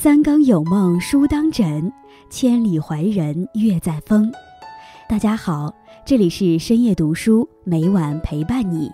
三更有梦书当枕，千里怀人月在风。大家好，这里是深夜读书，每晚陪伴你。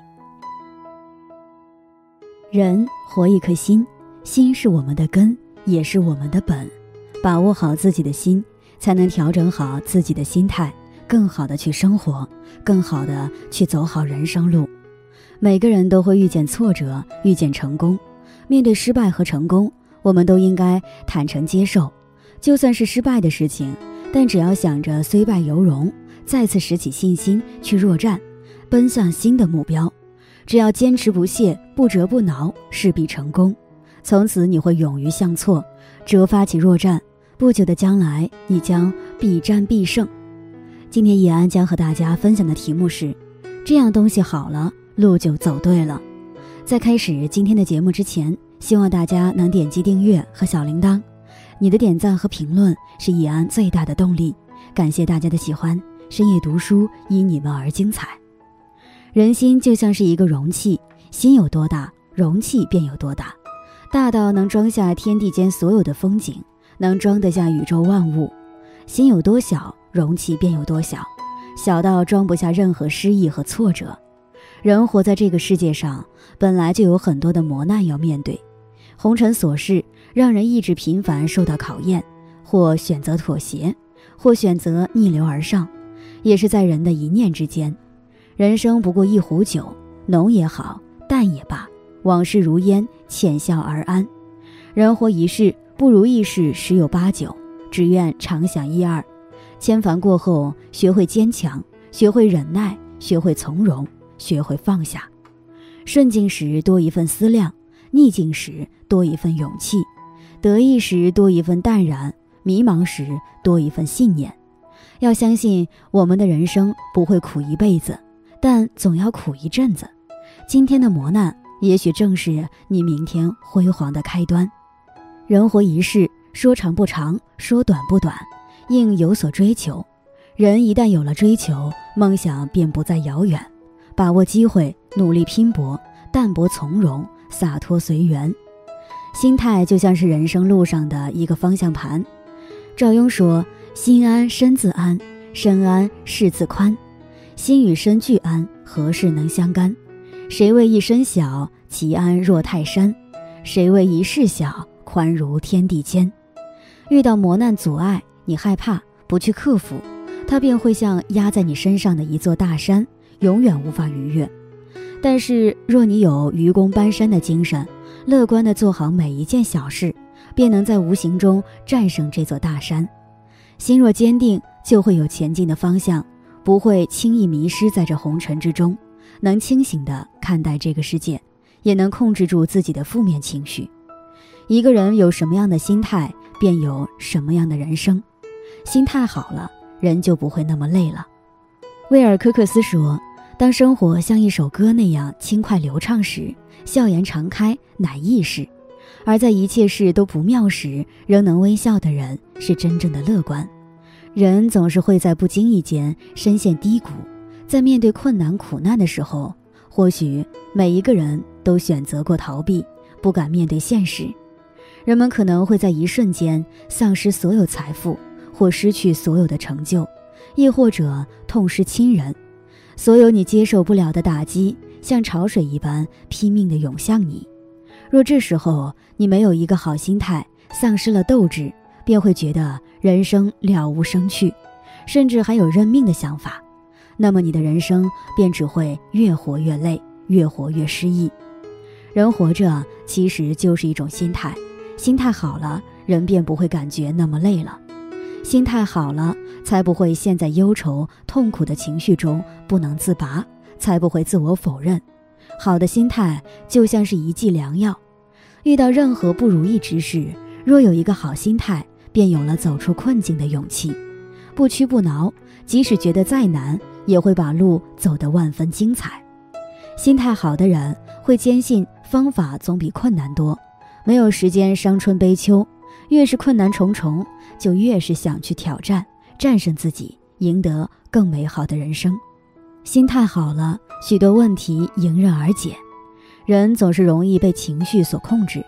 人活一颗心，心是我们的根，也是我们的本。把握好自己的心，才能调整好自己的心态，更好的去生活，更好的去走好人生路。每个人都会遇见挫折，遇见成功。面对失败和成功，我们都应该坦诚接受，就算是失败的事情，但只要想着虽败犹荣，再次拾起信心去作战，奔向新的目标。只要坚持不懈，不折不挠，势必成功。从此你会勇于向挫，只有发起作战，不久的将来你将必战必胜。今天易安将和大家分享的题目是：这样东西好了，路就走对了。在开始今天的节目之前，希望大家能点击订阅和小铃铛，你的点赞和评论是易安最大的动力。感谢大家的喜欢，深夜读书因你们而精彩。人心就像是一个容器，心有多大，容器便有多大，大到能装下天地间所有的风景，能装得下宇宙万物。心有多小，容器便有多小，小到装不下任何失意和挫折。人活在这个世界上，本来就有很多的磨难要面对，红尘琐事让人意志频繁受到考验，或选择妥协，或选择逆流而上，也是在人的一念之间。人生不过一壶酒，浓也好，淡也罢，往事如烟，浅笑而安。人活一世，不如意事十有八九，只愿常想一二。千帆过后，学会坚强，学会忍耐，学会从容，学会放下。顺境时多一份思量，逆境时多一份勇气，得意时多一份淡然，迷茫时多一份信念。要相信我们的人生不会苦一辈子，但总要苦一阵子。今天的磨难也许正是你明天辉煌的开端。人活一世，说长不长，说短不短，应有所追求。人一旦有了追求，梦想便不再遥远。把握机会，努力拼搏，淡泊从容，洒脱随缘。心态就像是人生路上的一个方向盘。赵雍说：心安身自安，身安事自宽。心与身俱安，何事能相干？谁为一身小，其安若泰山；谁为一事小，宽如天地间。遇到磨难阻碍，你害怕，不去克服，它便会像压在你身上的一座大山，永远无法逾越。但是若你有愚公搬山的精神，乐观地做好每一件小事，便能在无形中战胜这座大山。心若坚定，就会有前进的方向，不会轻易迷失在这红尘之中，能清醒地看待这个世界，也能控制住自己的负面情绪。一个人有什么样的心态，便有什么样的人生。心态好了，人就不会那么累了。威尔科克斯说：当生活像一首歌那样轻快流畅时，笑颜常开，乃易事；而在一切事都不妙时，仍能微笑的人，是真正的乐观。人总是会在不经意间深陷低谷，在面对困难苦难的时候，或许每一个人都选择过逃避，不敢面对现实。人们可能会在一瞬间丧失所有财富，或失去所有的成就，亦或者痛失亲人。所有你接受不了的打击，像潮水一般拼命地涌向你。若这时候你没有一个好心态，丧失了斗志，便会觉得人生了无生趣，甚至还有认命的想法。那么你的人生便只会越活越累，越活越失意。人活着其实就是一种心态，心态好了，人便不会感觉那么累了。心态好了，才不会陷在忧愁痛苦的情绪中不能自拔，才不会自我否认。好的心态就像是一剂良药，遇到任何不如意之事，若有一个好心态，便有了走出困境的勇气。不屈不挠，即使觉得再难，也会把路走得万分精彩。心态好的人会坚信方法总比困难多，没有时间伤春悲秋，越是困难重重，就越是想去挑战，战胜自己，赢得更美好的人生。心态好了，许多问题迎刃而解。人总是容易被情绪所控制，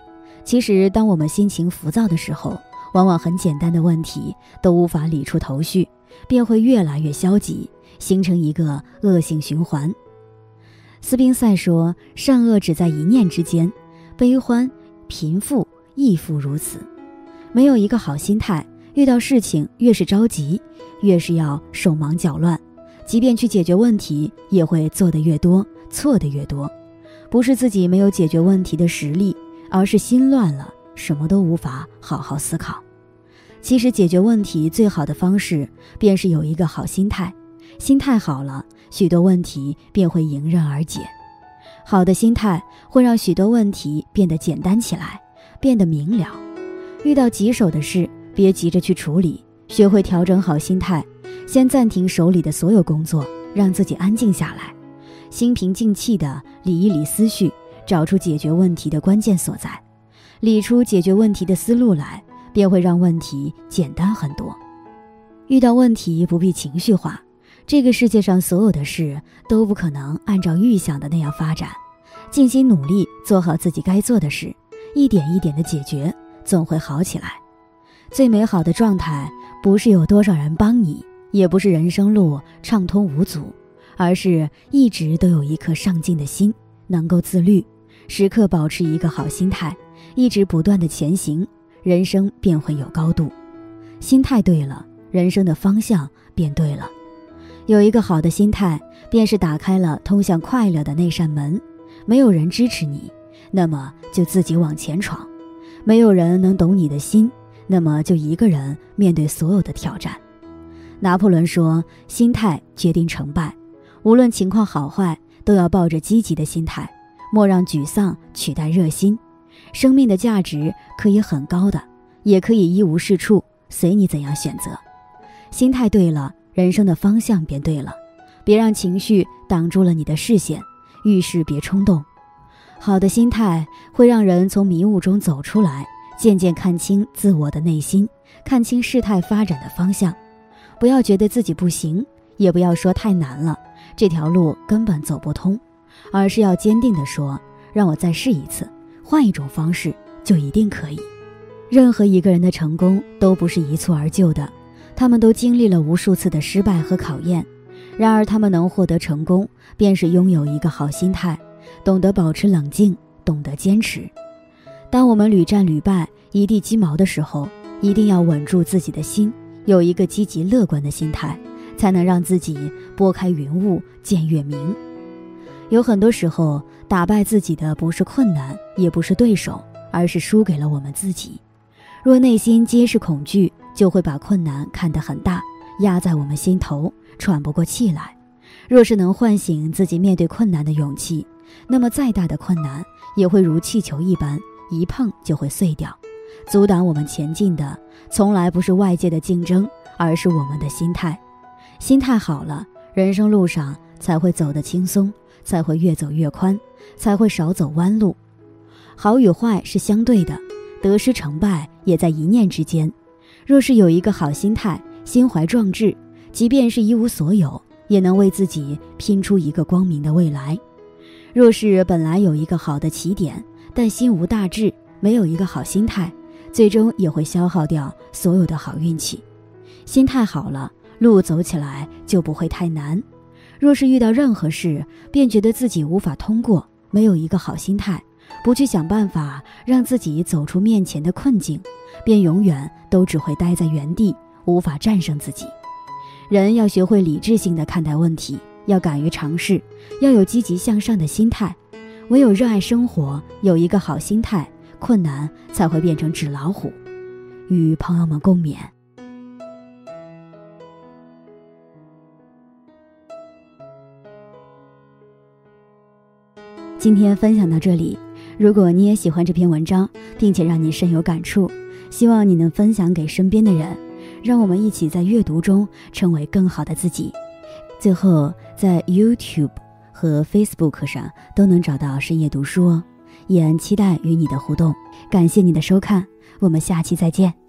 其实当我们心情浮躁的时候，往往很简单的问题都无法理出头绪，便会越来越消极，形成一个恶性循环。斯宾塞说，善恶只在一念之间，悲欢贫富亦复如此。没有一个好心态，遇到事情越是着急，越是要手忙脚乱，即便去解决问题，也会做得越多，错得越多。不是自己没有解决问题的实力，而是心乱了，什么都无法好好思考。其实解决问题最好的方式，便是有一个好心态。心态好了，许多问题便会迎刃而解。好的心态会让许多问题变得简单起来，变得明了。遇到棘手的事，别急着去处理，学会调整好心态，先暂停手里的所有工作，让自己安静下来，心平静气地理一理思绪，找出解决问题的关键所在，理出解决问题的思路来，便会让问题简单很多。遇到问题不必情绪化，这个世界上所有的事都不可能按照预想的那样发展，尽心努力做好自己该做的事，一点一点的解决，总会好起来。最美好的状态，不是有多少人帮你，也不是人生路畅通无阻，而是一直都有一颗上进的心，能够自律，时刻保持一个好心态，一直不断的前行，人生便会有高度。心态对了，人生的方向便对了。有一个好的心态，便是打开了通向快乐的那扇门。没有人支持你，那么就自己往前闯；没有人能懂你的心，那么就一个人面对所有的挑战。拿破仑说，心态决定成败，无论情况好坏，都要抱着积极的心态，莫让沮丧取代热心。生命的价值可以很高的，也可以一无是处，随你怎样选择。心态对了，人生的方向便对了。别让情绪挡住了你的视线，遇事别冲动。好的心态会让人从迷雾中走出来，渐渐看清自我的内心，看清事态发展的方向。不要觉得自己不行，也不要说太难了，这条路根本走不通，而是要坚定地说，让我再试一次，换一种方式就一定可以。任何一个人的成功都不是一蹴而就的，他们都经历了无数次的失败和考验。然而他们能获得成功，便是拥有一个好心态，懂得保持冷静，懂得坚持。当我们屡战屡败，一地鸡毛的时候，一定要稳住自己的心，有一个积极乐观的心态，才能让自己拨开云雾见月明。有很多时候，打败自己的不是困难，也不是对手，而是输给了我们自己。若内心皆是恐惧，就会把困难看得很大，压在我们心头，喘不过气来。若是能唤醒自己面对困难的勇气，那么再大的困难也会如气球一般，一碰就会碎掉。阻挡我们前进的，从来不是外界的竞争，而是我们的心态。心态好了，人生路上才会走得轻松，才会越走越宽，才会少走弯路。好与坏是相对的，得失成败也在一念之间。若是有一个好心态，心怀壮志，即便是一无所有，也能为自己拼出一个光明的未来。若是本来有一个好的起点，但心无大志，没有一个好心态，最终也会消耗掉所有的好运气。心态好了，路走起来就不会太难。若是遇到任何事，便觉得自己无法通过，没有一个好心态，不去想办法让自己走出面前的困境，便永远都只会待在原地，无法战胜自己。人要学会理智性地看待问题，要敢于尝试，要有积极向上的心态。唯有热爱生活，有一个好心态，困难才会变成纸老虎。与朋友们共勉。今天分享到这里，如果你也喜欢这篇文章，并且让你深有感触，希望你能分享给身边的人，让我们一起在阅读中成为更好的自己。最后，在 YouTube 和 Facebook 上都能找到深夜读书哦，也期待与你的互动。感谢你的收看，我们下期再见。